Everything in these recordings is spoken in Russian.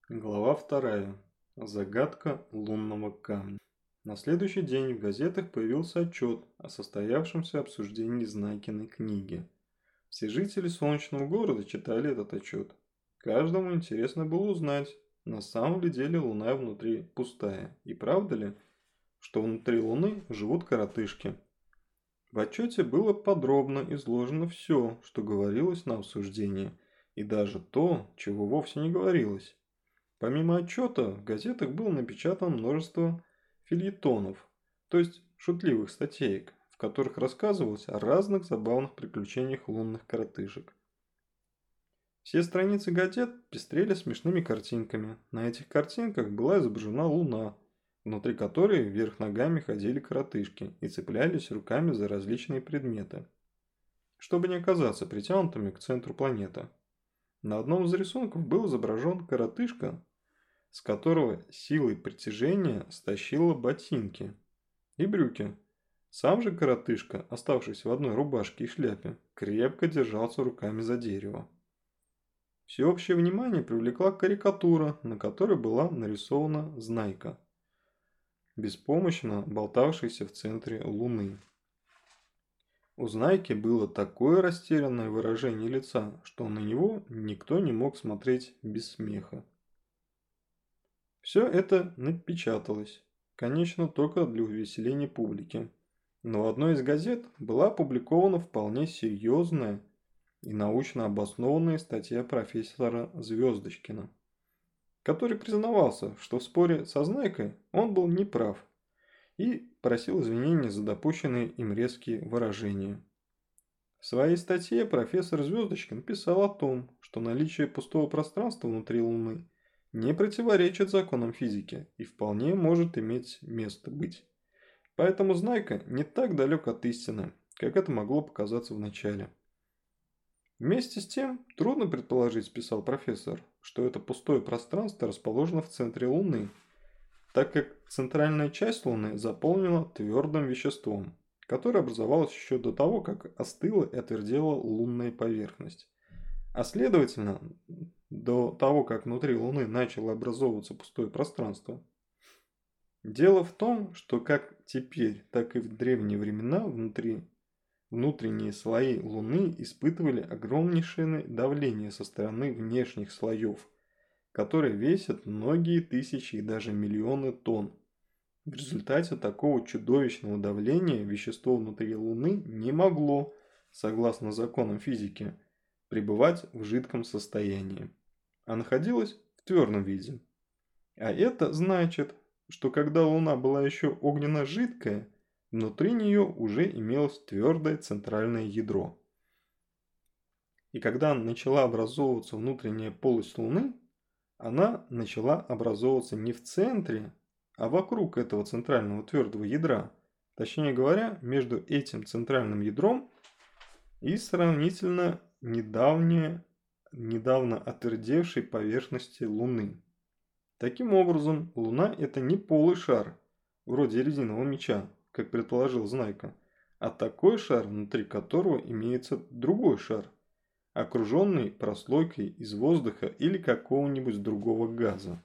Глава 2. Загадка лунного камня. На следующий день в газетах появился отчет о состоявшемся обсуждении Знайкиной книги. Все жители солнечного города читали этот отчет. Каждому интересно было узнать, на самом ли деле Луна внутри пустая, и правда ли, что внутри Луны живут коротышки. В отчете было подробно изложено все, что говорилось на обсуждении, и даже то, чего вовсе не говорилось. Помимо отчета, в газетах было напечатано множество фельетонов, то есть шутливых статеек, в которых рассказывалось о разных забавных приключениях лунных коротышек. Все страницы газет пестрели смешными картинками. На этих картинках была изображена луна, внутри которой вверх ногами ходили коротышки и цеплялись руками за различные предметы, чтобы не оказаться притянутыми к центру планеты. На одном из рисунков был изображен коротышка, с которого силой притяжения стащила ботинки и брюки. Сам же коротышка, оставшийся в одной рубашке и шляпе, крепко держался руками за дерево. Всеобщее внимание привлекла карикатура, на которой была нарисована Знайка, беспомощно болтавшаяся в центре Луны. У Знайки было такое растерянное выражение лица, что на него никто не мог смотреть без смеха. Все это напечаталось, конечно, только для увеселения публики. Но в одной из газет была опубликована вполне серьезная и научно обоснованная статья профессора Звездочкина, который признавался, что в споре со Знайкой он был неправ и просил извинения за допущенные им резкие выражения. В своей статье профессор Звездочкин писал о том, что наличие пустого пространства внутри Луны не противоречит законам физики и вполне может иметь место быть. Поэтому Знайка не так далек от истины, как это могло показаться в начале. Вместе с тем, трудно предположить, писал профессор, что это пустое пространство расположено в центре Луны, так как центральная часть Луны заполнена твердым веществом, которое образовалось еще до того, как остыла и отвердела лунная поверхность. А следовательно, до того, как внутри Луны начало образовываться пустое пространство. Дело в том, что как теперь, так и в древние времена внутренние слои Луны испытывали огромнейшее давление со стороны внешних слоев, которые весят многие тысячи и даже миллионы тонн. В результате такого чудовищного давления вещество внутри Луны не могло, согласно законам физики, пребывать в жидком состоянии, а находилось в твердом виде. А это значит, что когда Луна была еще огненно-жидкая, внутри нее уже имелось твердое центральное ядро. И когда начала образовываться внутренняя полость Луны, она начала образовываться не в центре, а вокруг этого центрального твердого ядра. Точнее говоря, между этим центральным ядром и сравнительно недавно отвердевшей поверхности Луны. Таким образом, Луна – это не полый шар, вроде резинового мяча, как предположил Знайка, а такой шар, внутри которого имеется другой шар, окруженный прослойкой из воздуха или какого-нибудь другого газа.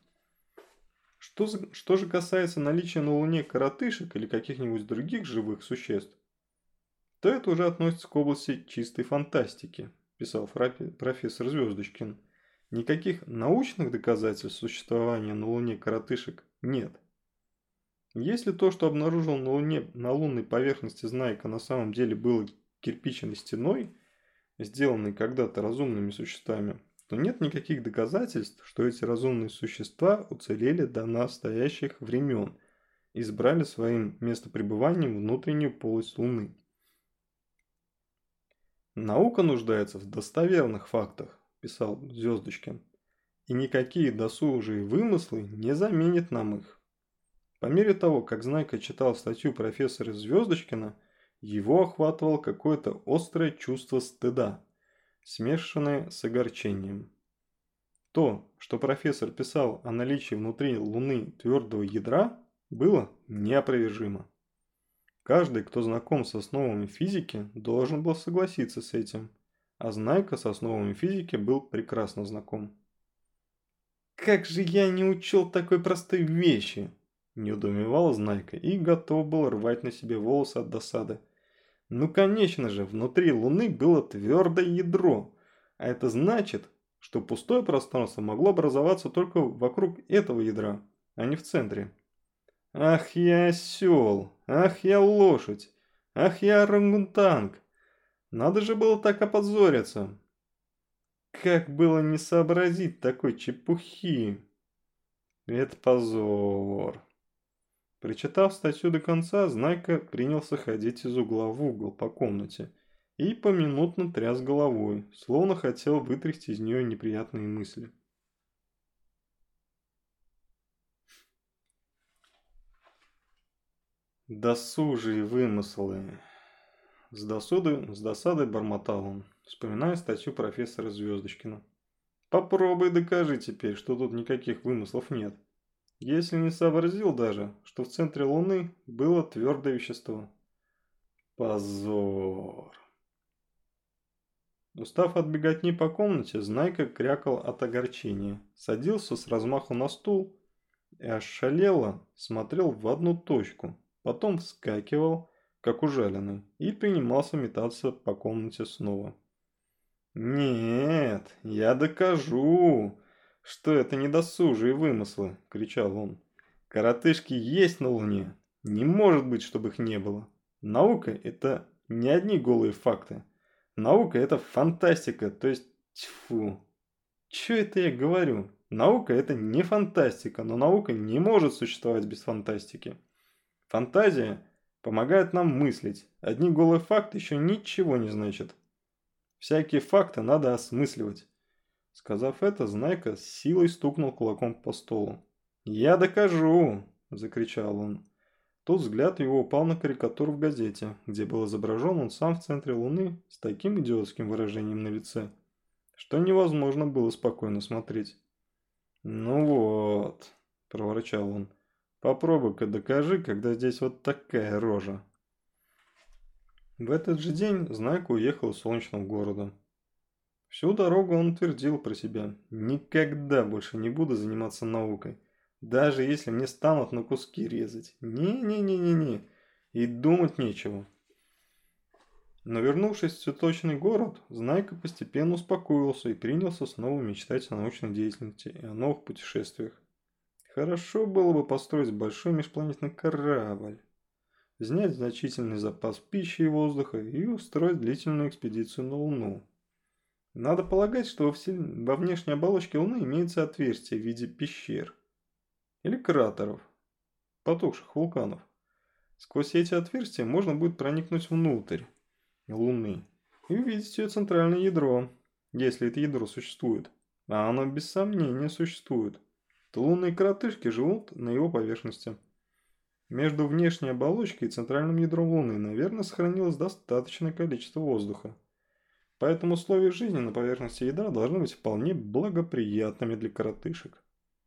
Что же касается наличия на Луне коротышек или каких-нибудь других живых существ, то это уже относится к области чистой фантастики, писал профессор Звездочкин. Никаких научных доказательств существования на Луне коротышек нет. Если то, что обнаружил на лунной поверхности Знайка, на самом деле было кирпичной стеной, сделанной когда-то разумными существами, то нет никаких доказательств, что эти разумные существа уцелели до настоящих времен и избрали своим местопребыванием внутреннюю полость Луны. Наука нуждается в достоверных фактах, писал Звездочкин, и никакие досужие вымыслы не заменят нам их. По мере того, как Знайка читал статью профессора Звездочкина, его охватывало какое-то острое чувство стыда, смешанное с огорчением. То, что профессор писал о наличии внутри Луны твердого ядра, было неопровержимо. Каждый, кто знаком с основами физики, должен был согласиться с этим, а Знайка с основами физики был прекрасно знаком. Как же я не учел такой простой вещи!» Недоумевала Знайка и готов был рвать на себе волосы от досады. Ну конечно же, внутри Луны было твердое ядро, а это значит, что пустое пространство могло образоваться только вокруг этого ядра, а не в центре. Ах я осел, ах я лошадь, ах я орангутанг. Надо же было так опозориться. Как было не сообразить такой чепухи? Это позор. Прочитав статью до конца, Знайка принялся ходить из угла в угол по комнате и поминутно тряс головой, словно хотел вытрясти из нее неприятные мысли. Досужие вымыслы. С досадой бормотал он, вспоминая статью профессора Звездочкина. Попробуй докажи теперь, что тут никаких вымыслов нет. Если не сообразил даже, что в центре Луны было твердое вещество. Позор. Устав от беготни по комнате, Знайка крякал от огорчения, садился с размаху на стул и ошалело смотрел в одну точку, потом вскакивал, как ужаленный, и принимался метаться по комнате снова. «Нет, я докажу, что это не досужие вымыслы!» – кричал он. «Коротышки есть на Луне. Не может быть, чтобы их не было. Наука – это не одни голые факты. Наука – это фантастика, то есть, тьфу. Чё это я говорю? Наука – это не фантастика, но наука не может существовать без фантастики. Фантазия помогает нам мыслить. Одни голые факты еще ничего не значат. Всякие факты надо осмысливать». Сказав это, Знайка с силой стукнул кулаком по столу. «Я докажу!» – закричал он. Тут взгляд его упал на карикатуру в газете, где был изображен он сам в центре Луны с таким идиотским выражением на лице, что невозможно было спокойно смотреть. «Ну вот», – проворчал он, – «попробуй-ка докажи, когда здесь вот такая рожа». В этот же день Знайка уехал из солнечного города. Всю дорогу он твердил про себя: «Никогда больше не буду заниматься наукой, даже если мне станут на куски резать. Не-не-не-не-не, и думать нечего». Но вернувшись в цветочный город, Знайка постепенно успокоился и принялся снова мечтать о научной деятельности и о новых путешествиях. Хорошо было бы построить большой межпланетный корабль, взять значительный запас пищи и воздуха и устроить длительную экспедицию на Луну. Надо полагать, что во внешней оболочке Луны имеется отверстие в виде пещер или кратеров, потухших вулканов. Сквозь эти отверстия можно будет проникнуть внутрь Луны и увидеть ее центральное ядро, если это ядро существует. А оно без сомнения существует. То лунные коротышки живут на его поверхности. Между внешней оболочкой и центральным ядром Луны, наверное, сохранилось достаточное количество воздуха. Поэтому условия жизни на поверхности ядра должны быть вполне благоприятными для коротышек.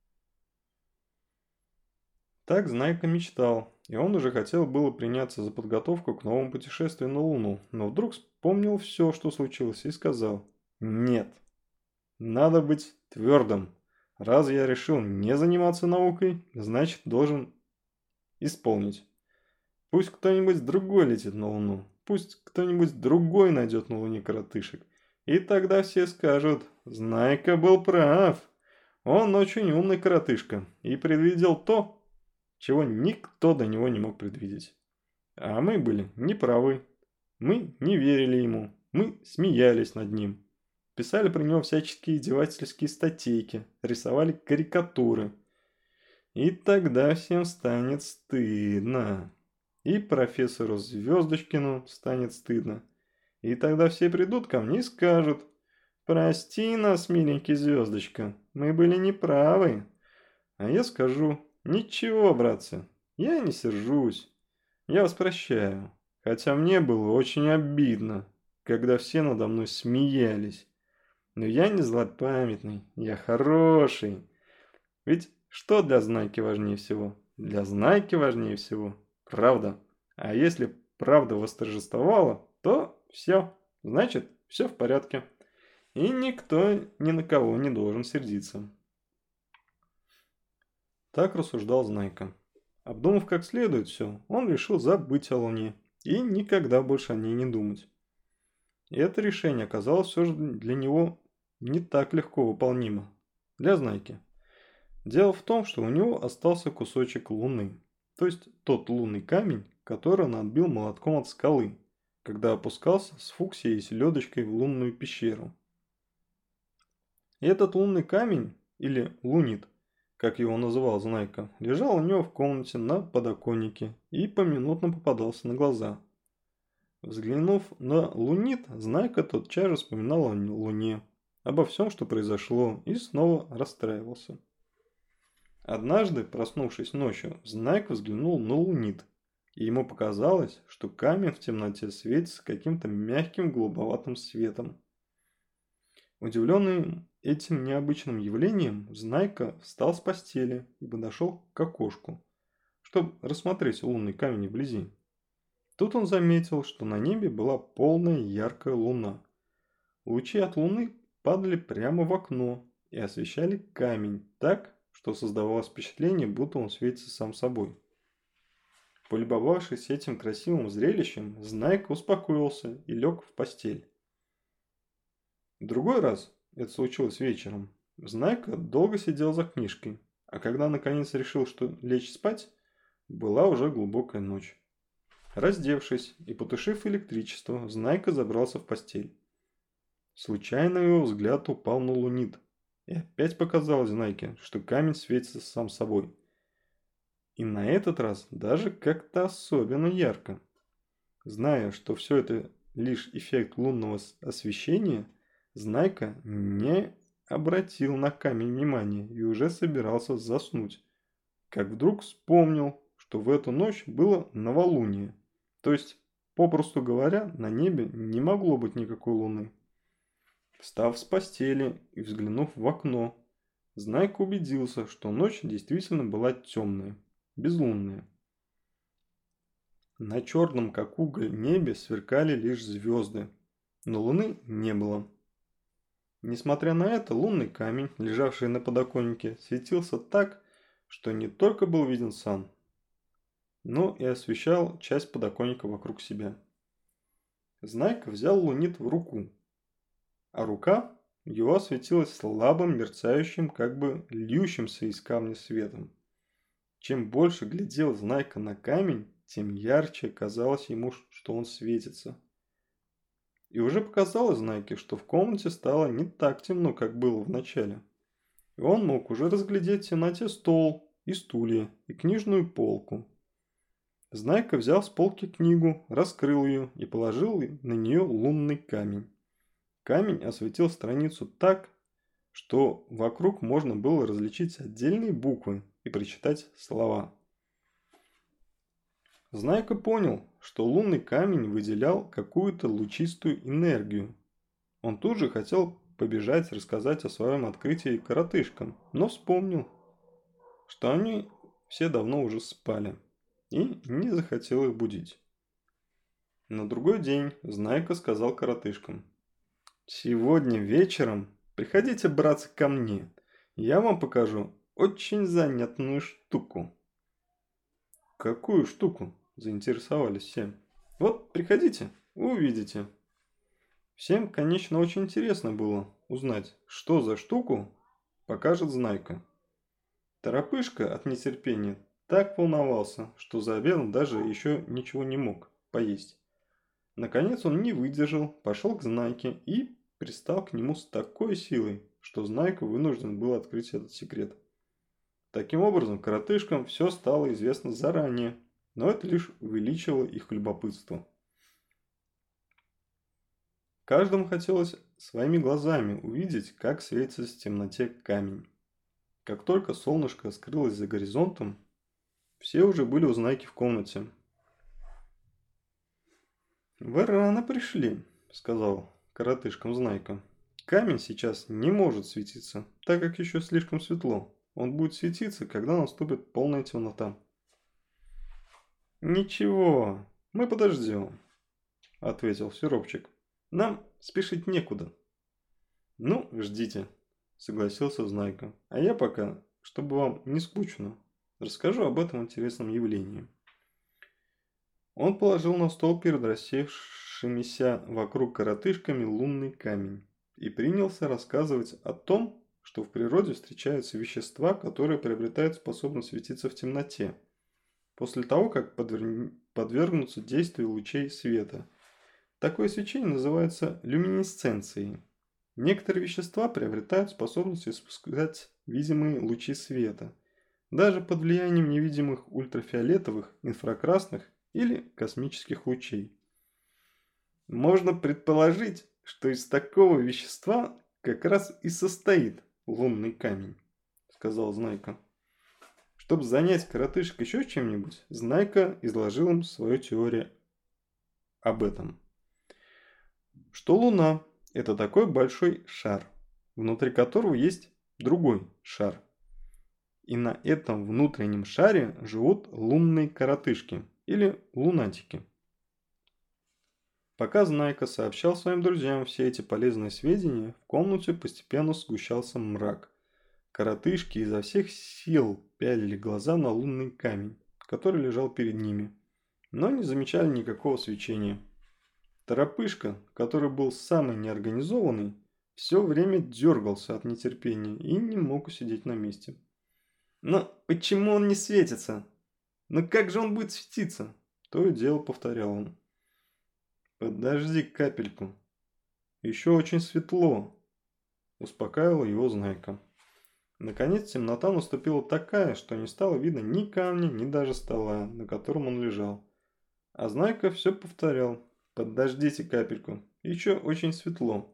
Так Знайка мечтал, и он уже хотел было приняться за подготовку к новому путешествию на Луну, но вдруг вспомнил все, что случилось, и сказал: «Нет, надо быть твердым. Раз я решил не заниматься наукой, значит должен исполнить. Пусть кто-нибудь другой летит на Луну, пусть кто-нибудь другой найдет на Луне коротышек. И тогда все скажут: Знайка был прав. Он очень умный коротышка и предвидел то, чего никто до него не мог предвидеть. А мы были неправы. Мы не верили ему, мы смеялись над ним. Писали про него всяческие издевательские статейки, рисовали карикатуры. И тогда всем станет стыдно. И профессору Звездочкину станет стыдно. И тогда все придут ко мне и скажут: «Прости нас, миленький Звездочка, мы были неправы». А я скажу: «Ничего, братцы, я не сержусь, я вас прощаю, хотя мне было очень обидно, когда все надо мной смеялись. Но я не злопамятный, я хороший. Ведь что для Знайки важнее всего? Для Знайки важнее всего правда. А если правда восторжествовала, то все, значит, все в порядке. И никто ни на кого не должен сердиться». Так рассуждал Знайка. Обдумав как следует все, он решил забыть о Луне и никогда больше о ней не думать. И это решение оказалось все же для него не так легко выполнимо. Для Знайки. Дело в том, что у него остался кусочек Луны. То есть тот лунный камень, который он отбил молотком от скалы, когда опускался с Фуксией и селедочкой в лунную пещеру. И этот лунный камень, или лунит, как его называл Знайка, лежал у него в комнате на подоконнике и поминутно попадался на глаза. Взглянув на лунит, Знайка тотчас же вспоминал о Луне, обо всем, что произошло, и снова расстраивался. Однажды, проснувшись ночью, Знайка взглянул на лунит, и ему показалось, что камень в темноте светится каким-то мягким голубоватым светом. Удивленный этим необычным явлением, Знайка встал с постели и подошел к окошку, чтобы рассмотреть лунный камень вблизи. Тут он заметил, что на небе была полная яркая луна. Лучи от луны падали прямо в окно и освещали камень так, что создавалось впечатление, будто он светится сам собой. Полюбовавшись этим красивым зрелищем, Знайка успокоился и лег в постель. В другой раз, это случилось вечером, Знайка долго сидел за книжкой, а когда наконец решил, что лечь спать, была уже глубокая ночь. Раздевшись и потушив электричество, Знайка забрался в постель. Случайно его взгляд упал на лунит, и опять показалось Знайке, что камень светится сам собой. И на этот раз даже как-то особенно ярко. Зная, что все это лишь эффект лунного освещения, Знайка не обратил на камень внимания и уже собирался заснуть, как вдруг вспомнил, что в эту ночь было новолуние. То есть, попросту говоря, на небе не могло быть никакой луны. Встав с постели и взглянув в окно, Знайка убедился, что ночь действительно была темная, безлунная. На черном, как уголь, небе сверкали лишь звезды, но луны не было. Несмотря на это, лунный камень, лежавший на подоконнике, светился так, что не только был виден сам, но и освещал часть подоконника вокруг себя. Знайка взял лунит в руку, а рука его осветилась слабым, мерцающим, как бы льющимся из камня светом. Чем больше глядел Знайка на камень, тем ярче казалось ему, что он светится. И уже показалось Знайке, что в комнате стало не так темно, как было в начале. И он мог уже разглядеть в темноте стол и стулья, и книжную полку. Знайка взял с полки книгу, раскрыл ее и положил на нее лунный камень. Камень осветил страницу так, что вокруг можно было различить отдельные буквы и прочитать слова. Знайка понял, что лунный камень выделял какую-то лучистую энергию. Он тут же хотел побежать рассказать о своем открытии коротышкам, но вспомнил, что они все давно уже спали, и не захотел их будить. На другой день Знайка сказал коротышкам: «Сегодня вечером приходите, братцы, ко мне, я вам покажу очень занятную штуку». «Какую штуку?» – заинтересовались все. «Вот, приходите, увидите». Всем, конечно, очень интересно было узнать, что за штуку покажет Знайка. Торопышка от нетерпения так волновался, что за обедом даже еще ничего не мог поесть. Наконец он не выдержал, пошел к Знайке и пристал к нему с такой силой, что Знайка вынужден был открыть этот секрет. Таким образом, коротышкам все стало известно заранее, но это лишь увеличило их любопытство. Каждому хотелось своими глазами увидеть, как светится в темноте камень. Как только солнышко скрылось за горизонтом, все уже были у Знайки в комнате. «Вы рано пришли», — сказал коротышкам Знайка. «Камень сейчас не может светиться, так как еще слишком светло. Он будет светиться, когда наступит полная темнота». «Ничего, мы подождем», — ответил Сиропчик. «Нам спешить некуда». «Ну, ждите», — согласился Знайка. «А я пока, чтобы вам не скучно, Расскажу об этом интересном явлении. Он положил на стол перед рассевшимися вокруг коротышками лунный камень и принялся рассказывать о том, что в природе встречаются вещества, которые приобретают способность светиться в темноте, после того, как подвергнутся действию лучей света. Такое свечение называется люминесценцией. Некоторые вещества приобретают способность испускать видимые лучи света, даже под влиянием невидимых ультрафиолетовых, инфракрасных или космических лучей. Можно предположить, что из такого вещества как раз и состоит лунный камень, сказал Знайка. Чтобы занять коротышек еще чем-нибудь, Знайка изложил им свою теорию об этом. Что Луна – это такой большой шар, внутри которого есть другой шар. И на этом внутреннем шаре живут лунные коротышки или лунатики. Пока Знайка сообщал своим друзьям все эти полезные сведения, в комнате постепенно сгущался мрак. Коротышки изо всех сил пялили глаза на лунный камень, который лежал перед ними, но не замечали никакого свечения. Торопышка, который был самый неорганизованный, все время дергался от нетерпения и не мог усидеть на месте. «Но почему он не светится? Ну как же он будет светиться?» То и дело повторял он. «Подожди капельку. Еще очень светло», – успокаивал его Знайка. Наконец темнота наступила такая, что не стало видно ни камня, ни даже стола, на котором он лежал. А Знайка все повторял. «Подождите капельку. Еще очень светло».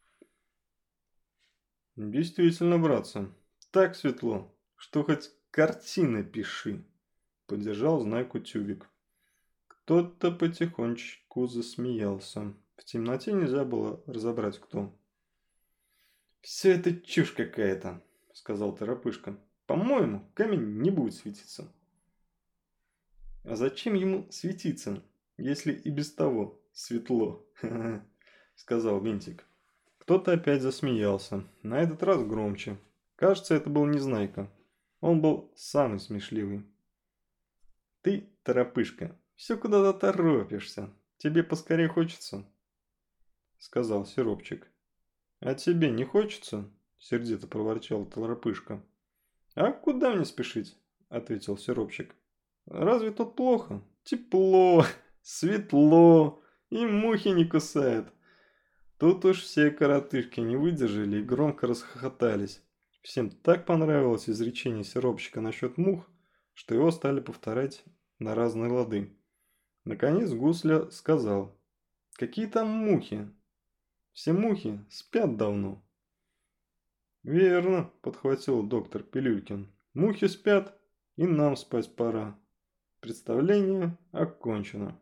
«Действительно, братцы, так светло, что хоть картины пиши», – поддержал Знайку Тюбик. Кто-то потихонечку засмеялся. В темноте нельзя было разобрать, кто. «Все это чушь какая-то», – сказал Торопышка. «По-моему, камень не будет светиться». «А зачем ему светиться, если и без того светло?» – сказал Винтик. Кто-то опять засмеялся, на этот раз громче. Кажется, это был Незнайка. Он был самый смешливый. «Ты, Торопышка, все куда-то торопишься. Тебе поскорее хочется?» – сказал Сиропчик. «А тебе не хочется?» – сердито проворчал Торопышка. «А куда мне спешить?» – ответил Сиропчик. «Разве тут плохо? Тепло, светло, и мухи не кусают». Тут уж все коротышки не выдержали и громко расхохотались. Всем так понравилось изречение Сиропчика насчет мух, что его стали повторять на разные лады. Наконец Гусля сказал: «Какие там мухи? Все мухи спят давно». «Верно», – подхватил доктор Пилюлькин. «Мухи спят, и нам спать пора. Представление окончено».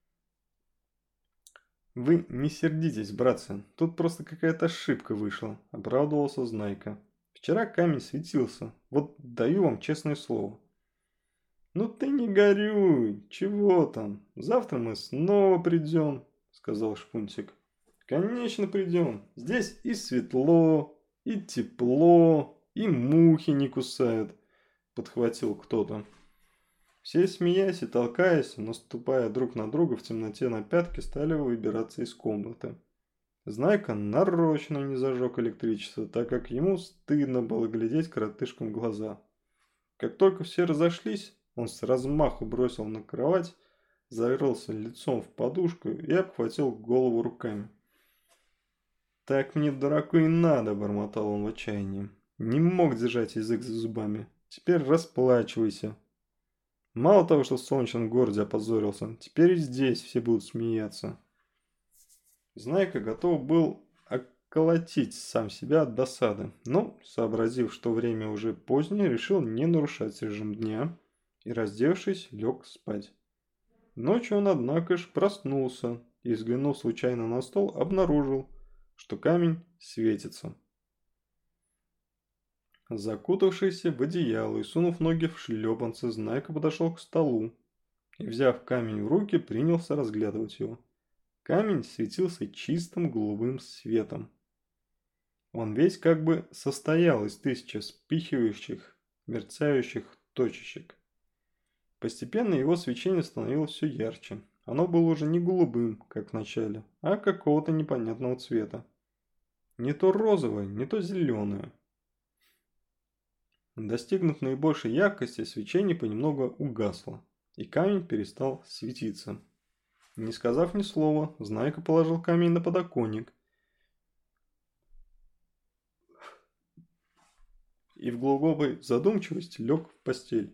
«Вы не сердитесь, братцы, тут просто какая-то ошибка вышла», – оправдывался Знайка. «Вчера камень светился, вот даю вам честное слово». «Ну ты не горюй, чего там, завтра мы снова придем», – сказал Шпунтик. «Конечно придем, здесь и светло, и тепло, и мухи не кусают», – подхватил кто-то. Все, смеясь и толкаясь, наступая друг на друга в темноте на пятки, стали выбираться из комнаты. Знайка нарочно не зажег электричество, так как ему стыдно было глядеть коротышкам в глаза. Как только все разошлись, он с размаху бросил на кровать, зарылся лицом в подушку и обхватил голову руками. «Так мне, дураку, и надо», – бормотал он в отчаянии. «Не мог держать язык за зубами. Теперь расплачивайся». Мало того, что в солнечном городе опозорился, теперь и здесь все будут смеяться. Знайка готов был околотить сам себя от досады, но, сообразив, что время уже позднее, решил не нарушать режим дня и, раздевшись, лег спать. Ночью он, однако ж, проснулся и, взглянув случайно на стол, обнаружил, что камень светится. Закутавшийся в одеяло и сунув ноги в шлепанцы, Знайка подошел к столу и, взяв камень в руки, принялся разглядывать его. Камень светился чистым голубым светом. Он весь как бы состоял из тысячи вспыхивающих, мерцающих точечек. Постепенно его свечение становилось все ярче. Оно было уже не голубым, как в начале, а какого-то непонятного цвета. Не то розовое, не то зеленое. Достигнув наибольшей яркости, свечение понемногу угасло, и камень перестал светиться. Не сказав ни слова, Знайка положил камень на подоконник и в глубокой задумчивости лег в постель.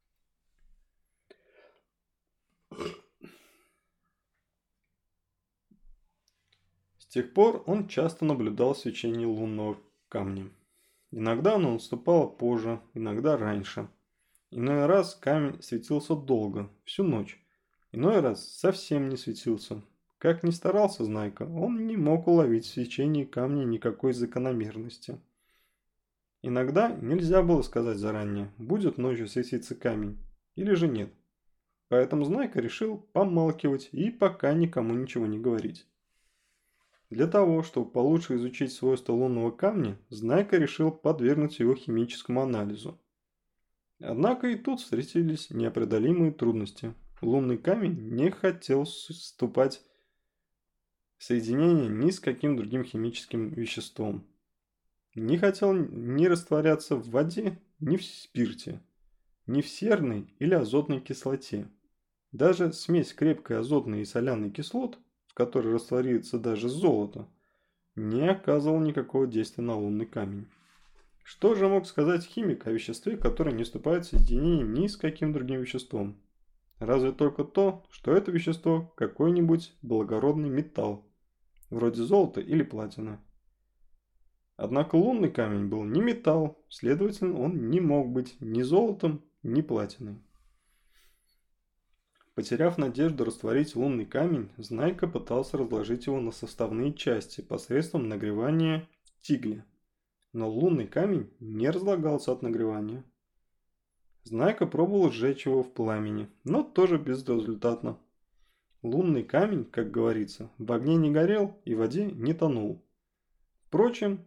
С тех пор он часто наблюдал свечение лунного камня. Иногда оно наступало позже, иногда раньше. Иной раз камень светился долго, всю ночь. Иной раз совсем не светился. Как ни старался Знайка, он не мог уловить в свечении камня никакой закономерности. Иногда нельзя было сказать заранее, будет ночью светиться камень или же нет. Поэтому Знайка решил помалкивать и пока никому ничего не говорить. Для того, чтобы получше изучить свойства лунного камня, Знайка решил подвергнуть его химическому анализу. Однако и тут встретились непреодолимые трудности. Лунный камень не хотел вступать в соединение ни с каким другим химическим веществом. Не хотел ни растворяться в воде, ни в спирте, ни в серной или азотной кислоте. Даже смесь крепкой азотной и соляной кислот, в которой растворится даже золото, не оказывал никакого действия на лунный камень. Что же мог сказать химик о веществе, которое не вступает в соединение ни с каким другим веществом? Разве только то, что это вещество какой-нибудь благородный металл, вроде золота или платины. Однако лунный камень был не металл, следовательно, он не мог быть ни золотом, ни платиной. Потеряв надежду растворить лунный камень, Знайка пытался разложить его на составные части посредством нагревания в тигле. Но лунный камень не разлагался от нагревания. Знайка пробовал сжечь его в пламени, но тоже безрезультатно. Лунный камень, как говорится, в огне не горел и в воде не тонул. Впрочем,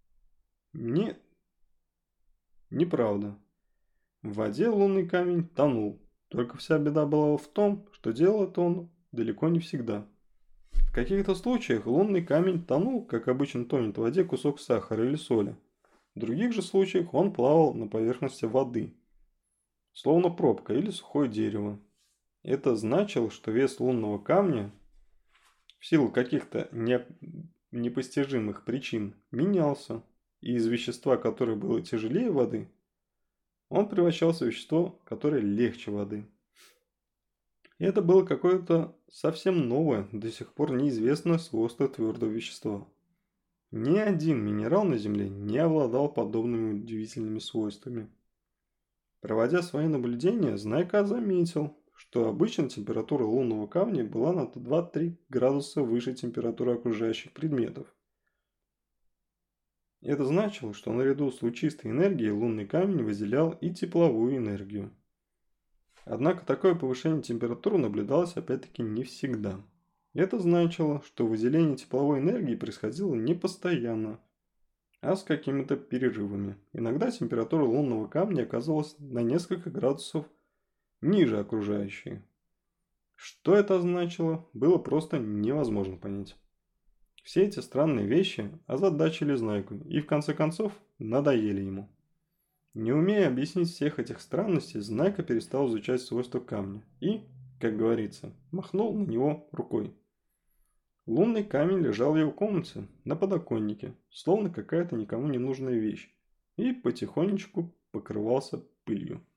неправда. В воде лунный камень тонул. Только вся беда была в том, что делал это он далеко не всегда. В каких-то случаях лунный камень тонул, как обычно тонет в воде кусок сахара или соли. В других же случаях он плавал на поверхности воды, словно пробка или сухое дерево. Это значило, что вес лунного камня в силу каких-то непостижимых причин менялся, и из вещества, которое было тяжелее воды, он превращался в вещество, которое легче воды. И это было какое-то совсем новое, до сих пор неизвестное свойство твердого вещества. Ни один минерал на Земле не обладал подобными удивительными свойствами. Проводя свои наблюдения, Знайка заметил, что обычно температура лунного камня была на 2-3 градуса выше температуры окружающих предметов. Это значило, что наряду с лучистой энергией лунный камень выделял и тепловую энергию. Однако такое повышение температуры наблюдалось опять-таки не всегда. Это значило, что выделение тепловой энергии происходило не постоянно, а с какими-то перерывами. Иногда температура лунного камня оказывалась на несколько градусов ниже окружающей. Что это значило, было просто невозможно понять. Все эти странные вещи озадачили Знайку и в конце концов надоели ему. Не умея объяснить всех этих странностей, Знайка перестал изучать свойства камня и, как говорится, махнул на него рукой. Лунный камень лежал в его комнате, на подоконнике, словно какая-то никому не нужная вещь, и потихонечку покрывался пылью.